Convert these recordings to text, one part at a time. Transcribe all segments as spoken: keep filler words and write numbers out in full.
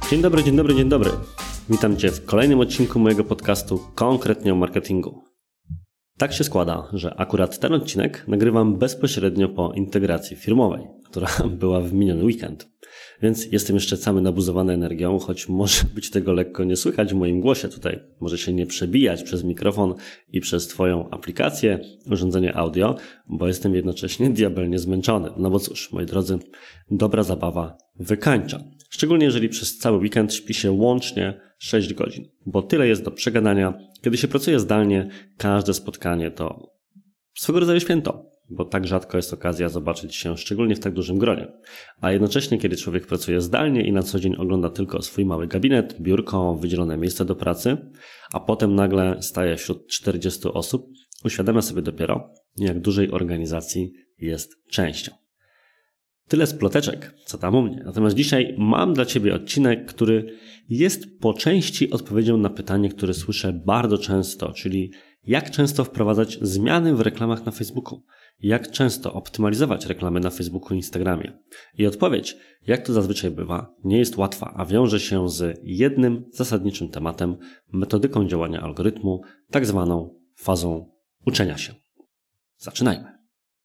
Dzień dobry, dzień dobry, dzień dobry. Witam Cię w kolejnym odcinku mojego podcastu konkretnie o marketingu. Tak się składa, że akurat ten odcinek nagrywam bezpośrednio po integracji firmowej, która była w miniony weekend. Więc jestem jeszcze cały nabuzowany energią, choć może być tego lekko nie słychać w moim głosie tutaj. Może się nie przebijać przez mikrofon i przez Twoją aplikację, urządzenie audio, bo jestem jednocześnie diabelnie zmęczony. No bo cóż, moi drodzy, dobra zabawa wykańcza. Szczególnie jeżeli przez cały weekend śpi się łącznie sześć godzin, bo tyle jest do przegadania. Kiedy się pracuje zdalnie, każde spotkanie to swego rodzaju święto, bo tak rzadko jest okazja zobaczyć się, szczególnie w tak dużym gronie. A jednocześnie, kiedy człowiek pracuje zdalnie i na co dzień ogląda tylko swój mały gabinet, biurko, wydzielone miejsce do pracy, a potem nagle staje wśród czterdziestu osób, uświadamia sobie dopiero, jak dużej organizacji jest częścią. Tyle z ploteczek, co tam u mnie. Natomiast dzisiaj mam dla Ciebie odcinek, który jest po części odpowiedzią na pytanie, które słyszę bardzo często, czyli jak często wprowadzać zmiany w reklamach na Facebooku? Jak często optymalizować reklamy na Facebooku i Instagramie? I odpowiedź, jak to zazwyczaj bywa, nie jest łatwa, a wiąże się z jednym zasadniczym tematem, metodyką działania algorytmu, tak zwaną fazą uczenia się. Zaczynajmy.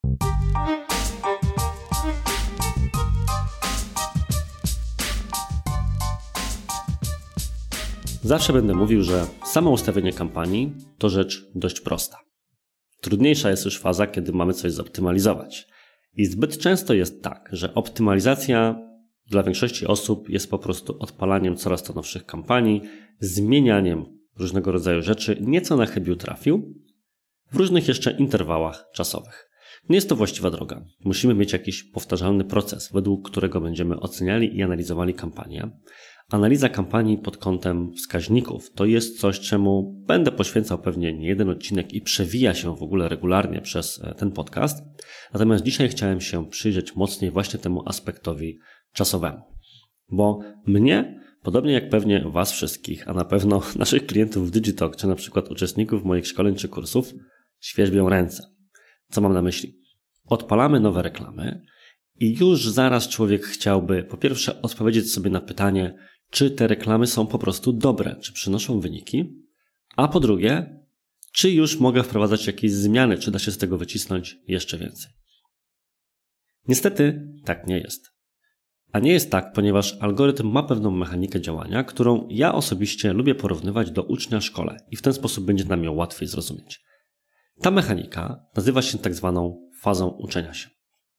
Zawsze będę mówił, że samo ustawienie kampanii to rzecz dość prosta. Trudniejsza jest już faza, kiedy mamy coś zoptymalizować. I zbyt często jest tak, że optymalizacja dla większości osób jest po prostu odpalaniem coraz to nowszych kampanii, zmienianiem różnego rodzaju rzeczy, nieco na chybił trafił, w różnych jeszcze interwałach czasowych. Nie jest to właściwa droga. Musimy mieć jakiś powtarzalny proces, według którego będziemy oceniali i analizowali kampanię. Analiza kampanii pod kątem wskaźników to jest coś, czemu będę poświęcał pewnie nie jeden odcinek i przewija się w ogóle regularnie przez ten podcast. Natomiast dzisiaj chciałem się przyjrzeć mocniej właśnie temu aspektowi czasowemu. Bo mnie, podobnie jak pewnie Was wszystkich, a na pewno naszych klientów w Digitalk, czy na przykład uczestników moich szkoleń czy kursów, świerzbią ręce. Co mam na myśli? Odpalamy nowe reklamy i już zaraz człowiek chciałby po pierwsze odpowiedzieć sobie na pytanie, czy te reklamy są po prostu dobre, czy przynoszą wyniki, a po drugie, czy już mogę wprowadzać jakieś zmiany, czy da się z tego wycisnąć jeszcze więcej. Niestety tak nie jest. A nie jest tak, ponieważ algorytm ma pewną mechanikę działania, którą ja osobiście lubię porównywać do ucznia w szkole i w ten sposób będzie nam ją łatwiej zrozumieć. Ta mechanika nazywa się tak zwaną fazą uczenia się.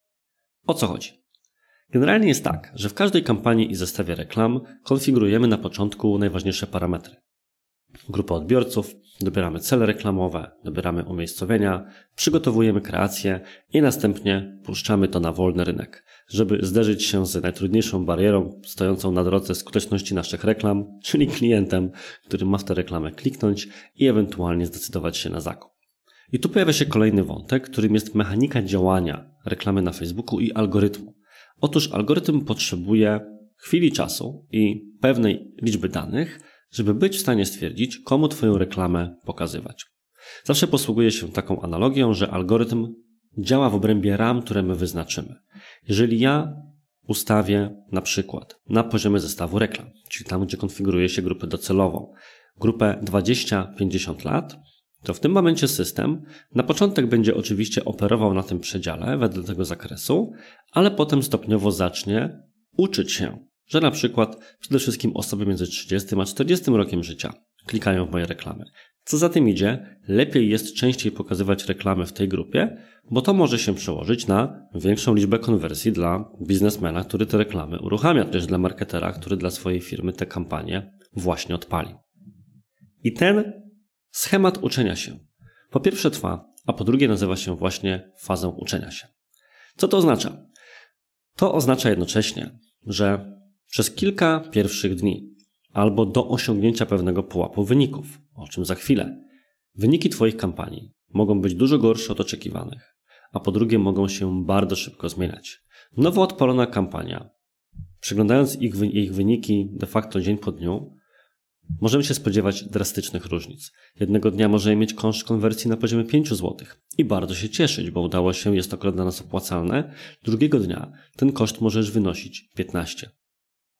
O co chodzi? Generalnie jest tak, że w każdej kampanii i zestawie reklam konfigurujemy na początku najważniejsze parametry. Grupę odbiorców, dobieramy cele reklamowe, dobieramy umiejscowienia, przygotowujemy kreację i następnie puszczamy to na wolny rynek, żeby zderzyć się z najtrudniejszą barierą stojącą na drodze skuteczności naszych reklam, czyli klientem, który ma w tę reklamę kliknąć i ewentualnie zdecydować się na zakup. I tu pojawia się kolejny wątek, którym jest mechanika działania reklamy na Facebooku i algorytmu. Otóż algorytm potrzebuje chwili czasu i pewnej liczby danych, żeby być w stanie stwierdzić, komu Twoją reklamę pokazywać. Zawsze posługuję się taką analogią, że algorytm działa w obrębie ram, które my wyznaczymy. Jeżeli ja ustawię na przykład na poziomie zestawu reklam, czyli tam, gdzie konfiguruje się grupę docelową, grupę dwadzieścia do pięćdziesięciu lat, to w tym momencie system na początek będzie oczywiście operował na tym przedziale wedle tego zakresu, ale potem stopniowo zacznie uczyć się, że na przykład przede wszystkim osoby między trzydziestym a czterdziestym rokiem życia klikają w moje reklamy. Co za tym idzie, lepiej jest częściej pokazywać reklamy w tej grupie, bo to może się przełożyć na większą liczbę konwersji dla biznesmena, który te reklamy uruchamia, też dla marketera, który dla swojej firmy te kampanie właśnie odpali. I ten schemat uczenia się po pierwsze trwa, a po drugie nazywa się właśnie fazą uczenia się. Co to oznacza? To oznacza jednocześnie, że przez kilka pierwszych dni albo do osiągnięcia pewnego pułapu wyników, o czym za chwilę, wyniki Twoich kampanii mogą być dużo gorsze od oczekiwanych, a po drugie mogą się bardzo szybko zmieniać. Nowo odpalona kampania, przeglądając ich, ich wyniki de facto dzień po dniu, możemy się spodziewać drastycznych różnic. Jednego dnia możemy mieć koszt konwersji na poziomie pięć złotych i bardzo się cieszyć, bo udało się, jest to akurat dla nas opłacalne. Drugiego dnia ten koszt może już wynosić piętnaście.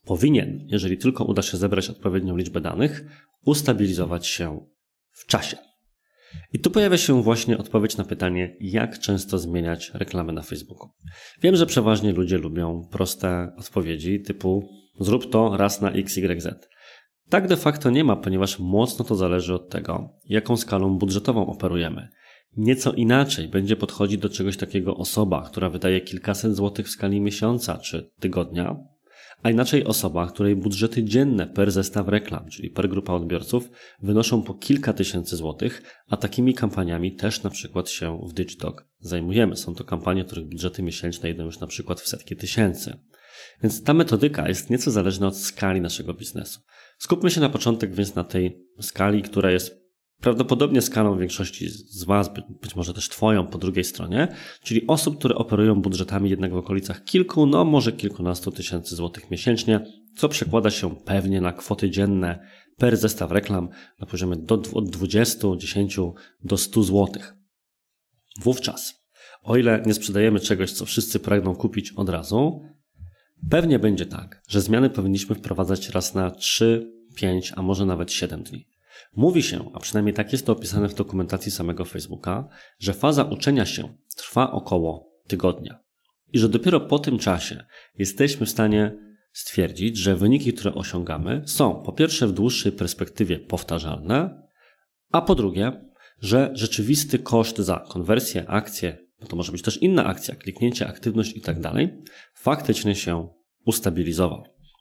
powinien, jeżeli tylko uda się zebrać odpowiednią liczbę danych, ustabilizować się w czasie. I tu pojawia się właśnie odpowiedź na pytanie, jak często zmieniać reklamy na Facebooku. Wiem, że przeważnie ludzie lubią proste odpowiedzi typu zrób to raz na X Y Z. Tak de facto nie ma, ponieważ mocno to zależy od tego, jaką skalą budżetową operujemy. Nieco inaczej będzie podchodzić do czegoś takiego osoba, która wydaje kilkaset złotych w skali miesiąca czy tygodnia, a inaczej osoba, której budżety dzienne per zestaw reklam, czyli per grupa odbiorców, wynoszą po kilka tysięcy złotych, a takimi kampaniami też na przykład się w Digitalk zajmujemy. Są to kampanie, których budżety miesięczne idą już na przykład w setki tysięcy. Więc ta metodyka jest nieco zależna od skali naszego biznesu. Skupmy się na początek więc na tej skali, która jest prawdopodobnie skalą większości z Was, być może też Twoją po drugiej stronie, czyli osób, które operują budżetami jednak w okolicach kilku, no może kilkunastu tysięcy złotych miesięcznie, co przekłada się pewnie na kwoty dzienne per zestaw reklam na poziomie do, od dwudziestu, dziesięciu do stu złotych. Wówczas, o ile nie sprzedajemy czegoś, co wszyscy pragną kupić od razu, pewnie będzie tak, że zmiany powinniśmy wprowadzać raz na trzy, pięć, a może nawet siedem dni. Mówi się, a przynajmniej tak jest to opisane w dokumentacji samego Facebooka, że faza uczenia się trwa około tygodnia i że dopiero po tym czasie jesteśmy w stanie stwierdzić, że wyniki, które osiągamy, są po pierwsze w dłuższej perspektywie powtarzalne, a po drugie, że rzeczywisty koszt za konwersję, akcję, no to może być też inna akcja, kliknięcie, aktywność i tak dalej, faktycznie się ustabilizował.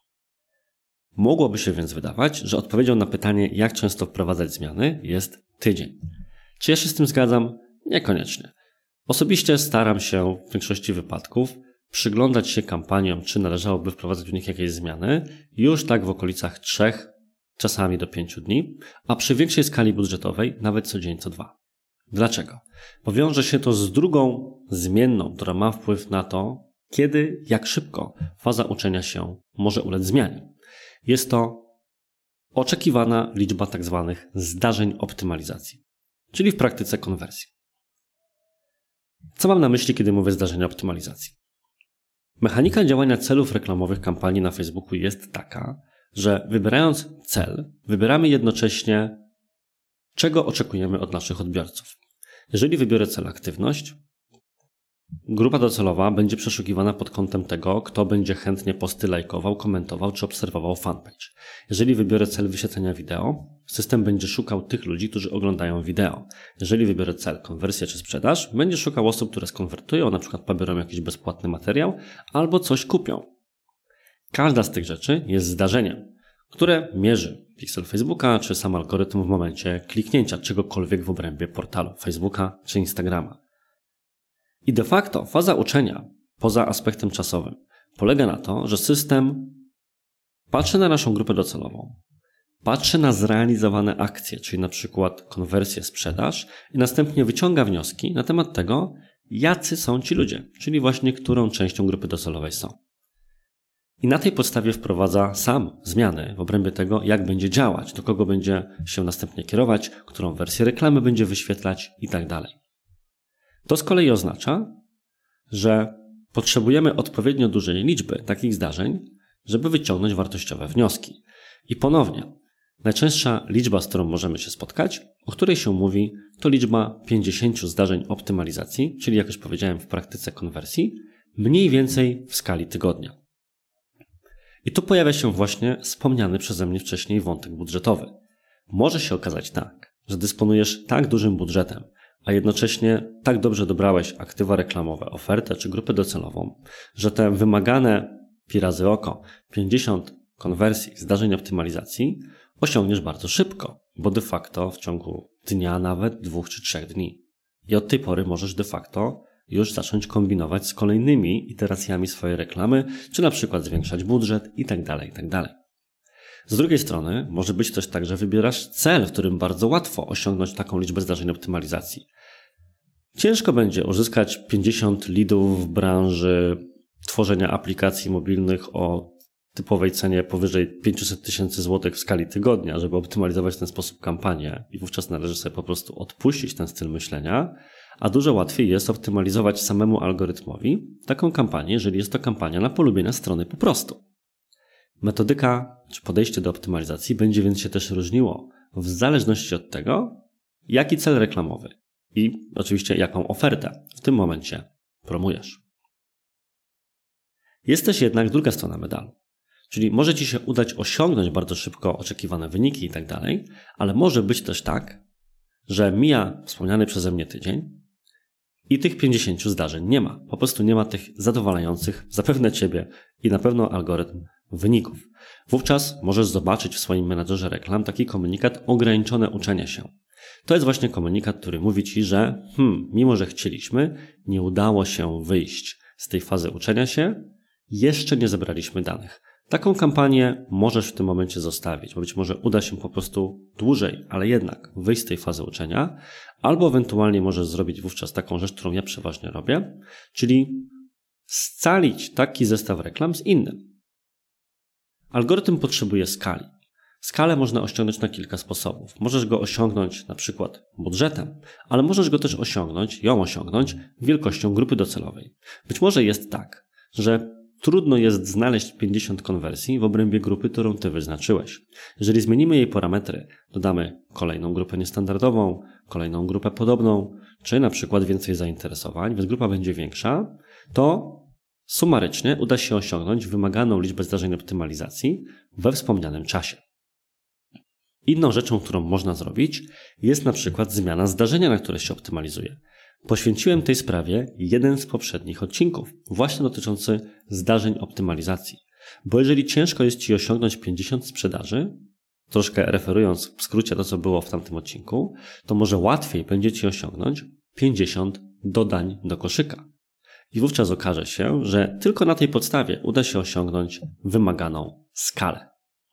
Mogłoby się więc wydawać, że odpowiedzią na pytanie, jak często wprowadzać zmiany, jest tydzień. Czy ja się z tym zgadzam? Niekoniecznie. Osobiście staram się w większości wypadków przyglądać się kampaniom, czy należałoby wprowadzać w nich jakieś zmiany, już tak w okolicach trzech, czasami do pięciu dni, a przy większej skali budżetowej nawet co dzień, co dwa. Dlaczego? Bo wiąże się to z drugą zmienną, która ma wpływ na to, kiedy, jak szybko faza uczenia się może ulec zmianie. Jest to oczekiwana liczba tak zwanych zdarzeń optymalizacji, czyli w praktyce konwersji. Co mam na myśli, kiedy mówię zdarzenia optymalizacji? Mechanika działania celów reklamowych kampanii na Facebooku jest taka, że wybierając cel, wybieramy jednocześnie, czego oczekujemy od naszych odbiorców. Jeżeli wybiorę cel aktywność, grupa docelowa będzie przeszukiwana pod kątem tego, kto będzie chętnie posty lajkował, komentował czy obserwował fanpage. Jeżeli wybiorę cel wyświetlenia wideo, system będzie szukał tych ludzi, którzy oglądają wideo. Jeżeli wybiorę cel konwersja czy sprzedaż, będzie szukał osób, które skonwertują, na przykład pobiorą jakiś bezpłatny materiał albo coś kupią. Każda z tych rzeczy jest zdarzeniem, które mierzy piksel Facebooka czy sam algorytm w momencie kliknięcia czegokolwiek w obrębie portalu Facebooka czy Instagrama. I de facto faza uczenia, poza aspektem czasowym, polega na to, że system patrzy na naszą grupę docelową, patrzy na zrealizowane akcje, czyli na przykład konwersję, sprzedaż i następnie wyciąga wnioski na temat tego, jacy są ci ludzie, czyli właśnie którą częścią grupy docelowej są. I na tej podstawie wprowadza sam zmiany w obrębie tego, jak będzie działać, do kogo będzie się następnie kierować, którą wersję reklamy będzie wyświetlać i tak dalej. To z kolei oznacza, że potrzebujemy odpowiednio dużej liczby takich zdarzeń, żeby wyciągnąć wartościowe wnioski. I ponownie, najczęstsza liczba, z którą możemy się spotkać, o której się mówi, to liczba pięćdziesięciu zdarzeń optymalizacji, czyli jak już powiedziałem w praktyce konwersji, mniej więcej w skali tygodnia. I tu pojawia się właśnie wspomniany przeze mnie wcześniej wątek budżetowy. Może się okazać tak, że dysponujesz tak dużym budżetem, a jednocześnie tak dobrze dobrałeś aktywa reklamowe, ofertę czy grupę docelową, że te wymagane pi razy oko pięćdziesiąt konwersji, zdarzeń optymalizacji osiągniesz bardzo szybko, bo de facto w ciągu dnia, nawet dwóch czy trzech dni. I od tej pory możesz de facto już zacząć kombinować z kolejnymi iteracjami swojej reklamy, czy na przykład zwiększać budżet i tak dalej, i tak dalej. Z drugiej strony może być też tak, że wybierasz cel, w którym bardzo łatwo osiągnąć taką liczbę zdarzeń optymalizacji. Ciężko będzie uzyskać pięćdziesiąt leadów w branży tworzenia aplikacji mobilnych o typowej cenie powyżej pięćset tysięcy złotych w skali tygodnia, żeby optymalizować w ten sposób kampanię i wówczas należy sobie po prostu odpuścić ten styl myślenia, a dużo łatwiej jest optymalizować samemu algorytmowi taką kampanię, jeżeli jest to kampania na polubienia strony po prostu. Metodyka czy podejście do optymalizacji będzie więc się też różniło w zależności od tego, jaki cel reklamowy i oczywiście jaką ofertę w tym momencie promujesz. Jest też jednak druga strona medalu. Czyli może Ci się udać osiągnąć bardzo szybko oczekiwane wyniki i tak dalej, ale może być też tak, że mija wspomniany przeze mnie tydzień i tych pięćdziesięciu zdarzeń nie ma. Po prostu nie ma tych zadowalających zapewne Ciebie i na pewno algorytm wyników. Wówczas możesz zobaczyć w swoim menadżerze reklam taki komunikat ograniczone uczenie się. To jest właśnie komunikat, który mówi Ci, że hmm, mimo że chcieliśmy, nie udało się wyjść z tej fazy uczenia się, jeszcze nie zebraliśmy danych. Taką kampanię możesz w tym momencie zostawić, bo być może uda się po prostu dłużej, ale jednak wyjść z tej fazy uczenia, albo ewentualnie możesz zrobić wówczas taką rzecz, którą ja przeważnie robię, czyli scalić taki zestaw reklam z innym. Algorytm potrzebuje skali. Skalę można osiągnąć na kilka sposobów. Możesz go osiągnąć na przykład budżetem, ale możesz go też osiągnąć, ją osiągnąć wielkością grupy docelowej. Być może jest tak, że trudno jest znaleźć pięćdziesiąt konwersji w obrębie grupy, którą Ty wyznaczyłeś. Jeżeli zmienimy jej parametry, dodamy kolejną grupę niestandardową, kolejną grupę podobną, czy na przykład więcej zainteresowań, więc grupa będzie większa, to sumarycznie uda się osiągnąć wymaganą liczbę zdarzeń optymalizacji we wspomnianym czasie. Inną rzeczą, którą można zrobić, jest na przykład zmiana zdarzenia, na które się optymalizuje. Poświęciłem tej sprawie jeden z poprzednich odcinków, właśnie dotyczący zdarzeń optymalizacji. Bo jeżeli ciężko jest Ci osiągnąć pięćdziesiąt sprzedaży, troszkę referując w skrócie to, co było w tamtym odcinku, to może łatwiej będzie Ci osiągnąć pięćdziesiąt dodań do koszyka. I wówczas okaże się, że tylko na tej podstawie uda się osiągnąć wymaganą skalę.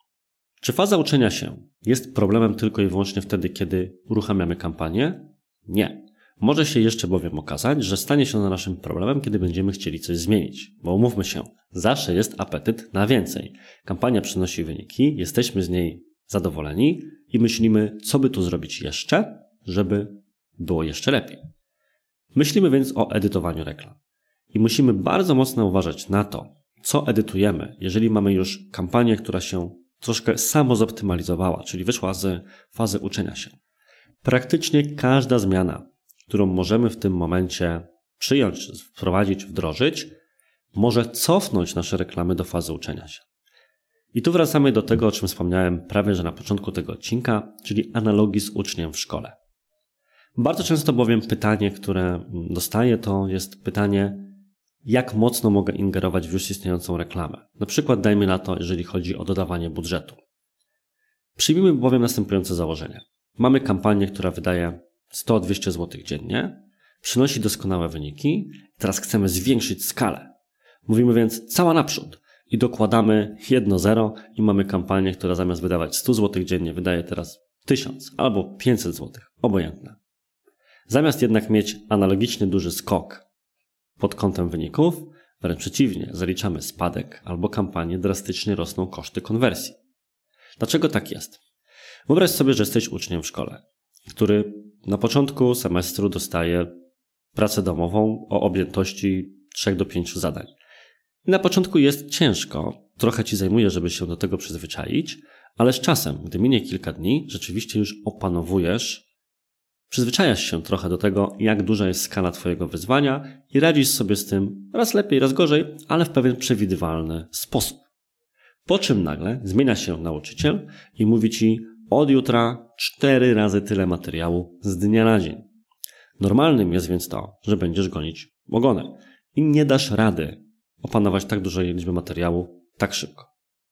Czy faza uczenia się jest problemem tylko i wyłącznie wtedy, kiedy uruchamiamy kampanię? Nie. Może się jeszcze bowiem okazać, że stanie się ona naszym problemem, kiedy będziemy chcieli coś zmienić. Bo umówmy się, zawsze jest apetyt na więcej. Kampania przynosi wyniki, jesteśmy z niej zadowoleni i myślimy, co by tu zrobić jeszcze, żeby było jeszcze lepiej. Myślimy więc o edytowaniu reklam. I musimy bardzo mocno uważać na to, co edytujemy, jeżeli mamy już kampanię, która się troszkę samo zoptymalizowała, czyli wyszła z fazy uczenia się. Praktycznie każda zmiana, którą możemy w tym momencie przyjąć, wprowadzić, wdrożyć, może cofnąć nasze reklamy do fazy uczenia się. I tu wracamy do tego, o czym wspomniałem prawie że na początku tego odcinka, czyli analogii z uczniem w szkole. Bardzo często bowiem pytanie, które dostaję, to jest pytanie, jak mocno mogę ingerować w już istniejącą reklamę. Na przykład dajmy na to, jeżeli chodzi o dodawanie budżetu. Przyjmijmy bowiem następujące założenie. Mamy kampanię, która wydaje sto do dwustu złotych dziennie, przynosi doskonałe wyniki, teraz chcemy zwiększyć skalę. Mówimy więc cała naprzód i dokładamy jedno zero i mamy kampanię, która zamiast wydawać sto złotych dziennie wydaje teraz tysiąc albo pięćset złotych, obojętne. Zamiast jednak mieć analogicznie duży skok pod kątem wyników, wręcz przeciwnie, zaliczamy spadek albo kampanię, drastycznie rosną koszty konwersji. Dlaczego tak jest? Wyobraź sobie, że jesteś uczniem w szkole, który na początku semestru dostaje pracę domową o objętości trzech do pięciu zadań. I na początku jest ciężko, trochę Ci zajmuje, żeby się do tego przyzwyczaić, ale z czasem, gdy minie kilka dni, rzeczywiście już opanowujesz, przyzwyczajasz się trochę do tego, jak duża jest skala Twojego wyzwania i radzisz sobie z tym raz lepiej, raz gorzej, ale w pewien przewidywalny sposób. Po czym nagle zmienia się nauczyciel i mówi Ci od jutra cztery razy tyle materiału z dnia na dzień. Normalnym jest więc to, że będziesz gonić ogonem i nie dasz rady opanować tak dużej liczby materiału tak szybko.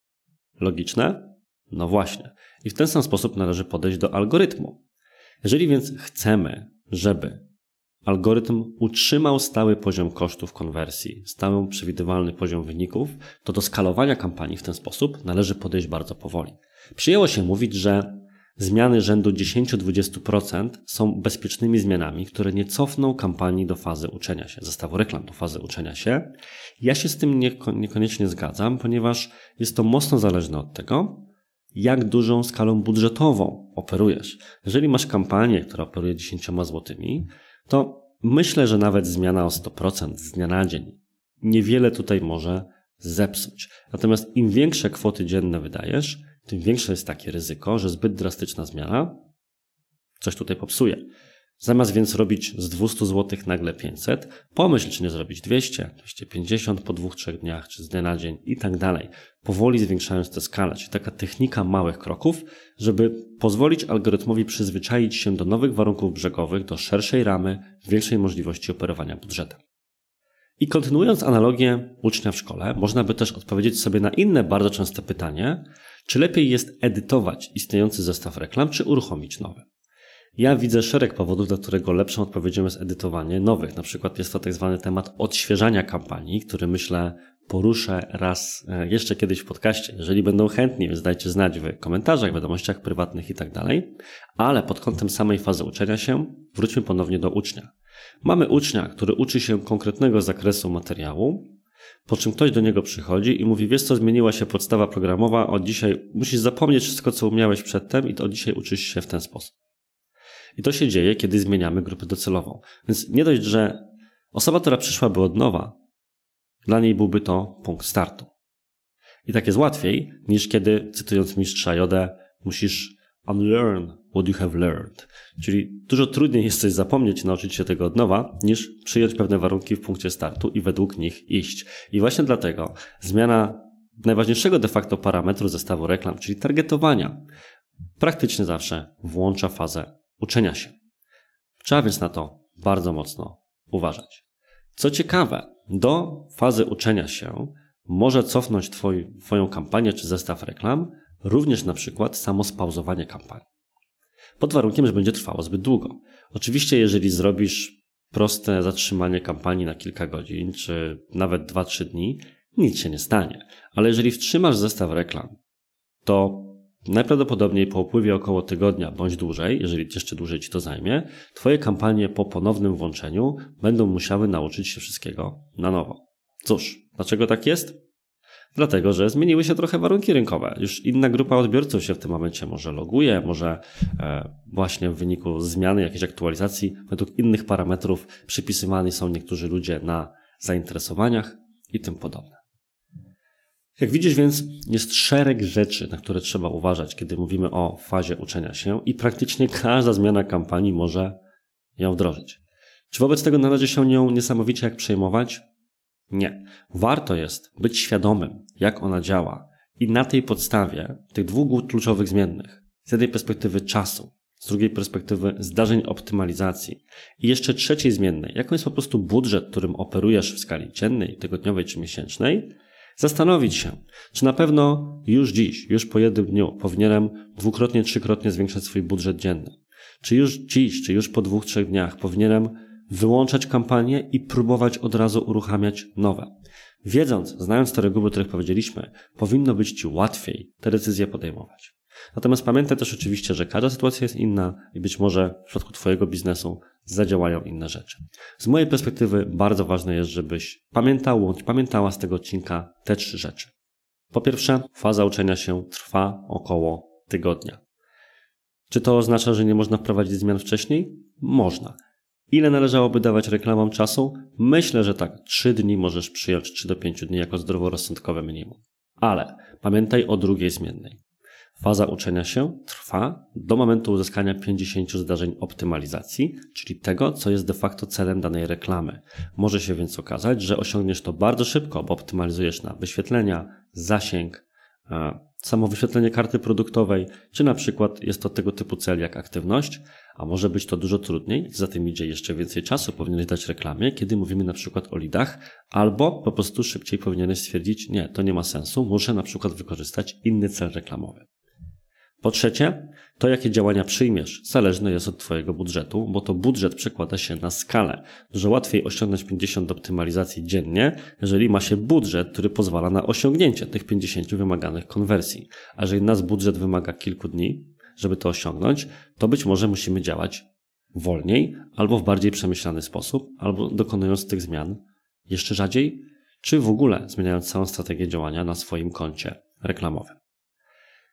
Logiczne? No właśnie. I w ten sam sposób należy podejść do algorytmu. Jeżeli więc chcemy, żeby algorytm utrzymał stały poziom kosztów konwersji, stały przewidywalny poziom wyników, to do skalowania kampanii w ten sposób należy podejść bardzo powoli. Przyjęło się mówić, że zmiany rzędu dziesięć do dwudziestu procent są bezpiecznymi zmianami, które nie cofną kampanii do fazy uczenia się, zestawu reklam do fazy uczenia się. Ja się z tym niekoniecznie zgadzam, ponieważ jest to mocno zależne od tego, jak dużą skalą budżetową operujesz. Jeżeli masz kampanię, która operuje dziesięcioma złotymi, to myślę, że nawet zmiana o sto procent z dnia na dzień niewiele tutaj może zepsuć. Natomiast im większe kwoty dzienne wydajesz, tym większe jest takie ryzyko, że zbyt drastyczna zmiana coś tutaj popsuje. Zamiast więc robić z dwieście złotych nagle pięćset, pomyśl, czy nie zrobić dwieście, dwieście pięćdziesiąt po dwóch, trzech dniach, czy z dnia na dzień i tak dalej. Powoli zwiększając tę skalę, czyli taka technika małych kroków, żeby pozwolić algorytmowi przyzwyczaić się do nowych warunków brzegowych, do szerszej ramy, większej możliwości operowania budżetem. I kontynuując analogię ucznia w szkole, można by też odpowiedzieć sobie na inne bardzo częste pytanie, czy lepiej jest edytować istniejący zestaw reklam, czy uruchomić nowy. Ja widzę szereg powodów, dla którego lepszą odpowiedzią jest edytowanie nowych. Na przykład jest to tak zwany temat odświeżania kampanii, który myślę poruszę raz jeszcze kiedyś w podcaście. Jeżeli będą chętni, więc dajcie znać w komentarzach, wiadomościach prywatnych i tak dalej. Ale pod kątem samej fazy uczenia się wróćmy ponownie do ucznia. Mamy ucznia, który uczy się konkretnego zakresu materiału, po czym ktoś do niego przychodzi i mówi, wiesz co, zmieniła się podstawa programowa, od dzisiaj musisz zapomnieć wszystko, co umiałeś przedtem i to od dzisiaj uczysz się w ten sposób. I to się dzieje, kiedy zmieniamy grupę docelową. Więc nie dość, że osoba, która przyszłaby od nowa, dla niej byłby to punkt startu. I tak jest łatwiej, niż kiedy, cytując mistrza Jodę, musisz unlearn what you have learned. Czyli dużo trudniej jest coś zapomnieć, nauczyć się tego od nowa, niż przyjąć pewne warunki w punkcie startu i według nich iść. I właśnie dlatego zmiana najważniejszego de facto parametru zestawu reklam, czyli targetowania, praktycznie zawsze włącza fazę uczenia się. Trzeba więc na to bardzo mocno uważać. Co ciekawe, do fazy uczenia się może cofnąć twoj, twoją kampanię czy zestaw reklam również na przykład samo spauzowanie kampanii. Pod warunkiem, że będzie trwało zbyt długo. Oczywiście jeżeli zrobisz proste zatrzymanie kampanii na kilka godzin czy nawet dwa trzy dni, nic się nie stanie. Ale jeżeli wstrzymasz zestaw reklam, to najprawdopodobniej po upływie około tygodnia bądź dłużej, jeżeli jeszcze dłużej ci to zajmie, twoje kampanie po ponownym włączeniu będą musiały nauczyć się wszystkiego na nowo. Cóż, dlaczego tak jest? Dlatego, że zmieniły się trochę warunki rynkowe. Już inna grupa odbiorców się w tym momencie może loguje, może e, właśnie w wyniku zmiany jakiejś aktualizacji według innych parametrów przypisywani są niektórzy ludzie na zainteresowaniach i tym podobne. Jak widzisz więc, jest szereg rzeczy, na które trzeba uważać, kiedy mówimy o fazie uczenia się i praktycznie każda zmiana kampanii może ją wdrożyć. Czy wobec tego należy się nią niesamowicie jak przejmować? Nie. Warto jest być świadomym, jak ona działa i na tej podstawie tych dwóch kluczowych zmiennych, z jednej perspektywy czasu, z drugiej perspektywy zdarzeń optymalizacji i jeszcze trzeciej zmiennej, jaką jest po prostu budżet, którym operujesz w skali dziennej, tygodniowej czy miesięcznej, zastanowić się, czy na pewno już dziś, już po jednym dniu powinienem dwukrotnie, trzykrotnie zwiększać swój budżet dzienny. Czy już dziś, czy już po dwóch, trzech dniach powinienem wyłączać kampanię i próbować od razu uruchamiać nowe. Wiedząc, znając te reguły, o których powiedzieliśmy, powinno być ci łatwiej te decyzje podejmować. Natomiast pamiętaj też oczywiście, że każda sytuacja jest inna i być może w przypadku twojego biznesu zadziałają inne rzeczy. Z mojej perspektywy bardzo ważne jest, żebyś pamiętał bądź pamiętała z tego odcinka te trzy rzeczy. Po pierwsze, faza uczenia się trwa około tygodnia. Czy to oznacza, że nie można wprowadzić zmian wcześniej? Można. Ile należałoby dawać reklamom czasu? Myślę, że tak, trzy dni możesz przyjąć, trzy do pięciu dni jako zdroworozsądkowe minimum. Ale pamiętaj o drugiej zmiennej. Faza uczenia się trwa do momentu uzyskania pięćdziesięciu zdarzeń optymalizacji, czyli tego, co jest de facto celem danej reklamy. Może się więc okazać, że osiągniesz to bardzo szybko, bo optymalizujesz na wyświetlenia, zasięg, samo wyświetlenie karty produktowej, czy na przykład jest to tego typu cel jak aktywność, a może być to dużo trudniej, za tym idzie jeszcze więcej czasu, powinieneś dać reklamie, kiedy mówimy na przykład o lidach, albo po prostu szybciej powinieneś stwierdzić, nie, to nie ma sensu, muszę na przykład wykorzystać inny cel reklamowy. Po trzecie, to jakie działania przyjmiesz, zależne jest od twojego budżetu, bo to budżet przekłada się na skalę. Dużo łatwiej osiągnąć pięćdziesiąt optymalizacji dziennie, jeżeli ma się budżet, który pozwala na osiągnięcie tych pięćdziesięciu wymaganych konwersji. A jeżeli nas budżet wymaga kilku dni, żeby to osiągnąć, to być może musimy działać wolniej, albo w bardziej przemyślany sposób, albo dokonując tych zmian jeszcze rzadziej, czy w ogóle zmieniając całą strategię działania na swoim koncie reklamowym.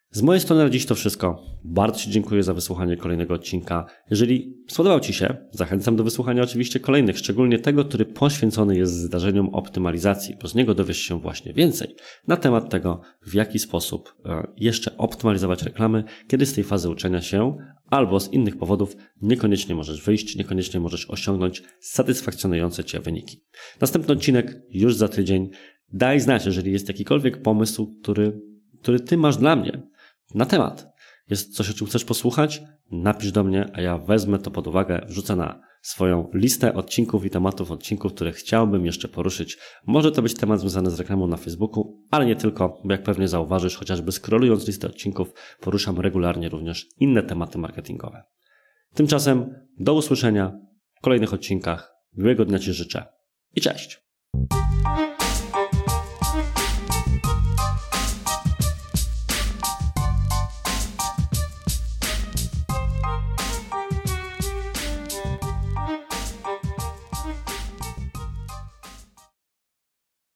Z mojej strony na dziś to wszystko. Bardzo Ci dziękuję za wysłuchanie kolejnego odcinka. Jeżeli spodobał Ci się, zachęcam do wysłuchania oczywiście kolejnych, szczególnie tego, który poświęcony jest zdarzeniom optymalizacji, bo z niego dowiesz się właśnie więcej na temat tego, w jaki sposób jeszcze optymalizować reklamy, kiedy z tej fazy uczenia się albo z innych powodów niekoniecznie możesz wyjść, niekoniecznie możesz osiągnąć satysfakcjonujące Cię wyniki. Następny odcinek już za tydzień. Daj znać, jeżeli jest jakikolwiek pomysł, który, który Ty masz dla mnie na temat. Jest coś, o czym chcesz posłuchać? Napisz do mnie, a ja wezmę to pod uwagę, wrzucę na swoją listę odcinków i tematów odcinków, które chciałbym jeszcze poruszyć. Może to być temat związany z reklamą na Facebooku, ale nie tylko, bo jak pewnie zauważysz, chociażby scrollując listę odcinków, poruszam regularnie również inne tematy marketingowe. Tymczasem do usłyszenia w kolejnych odcinkach. Miłego dnia Ci życzę i cześć!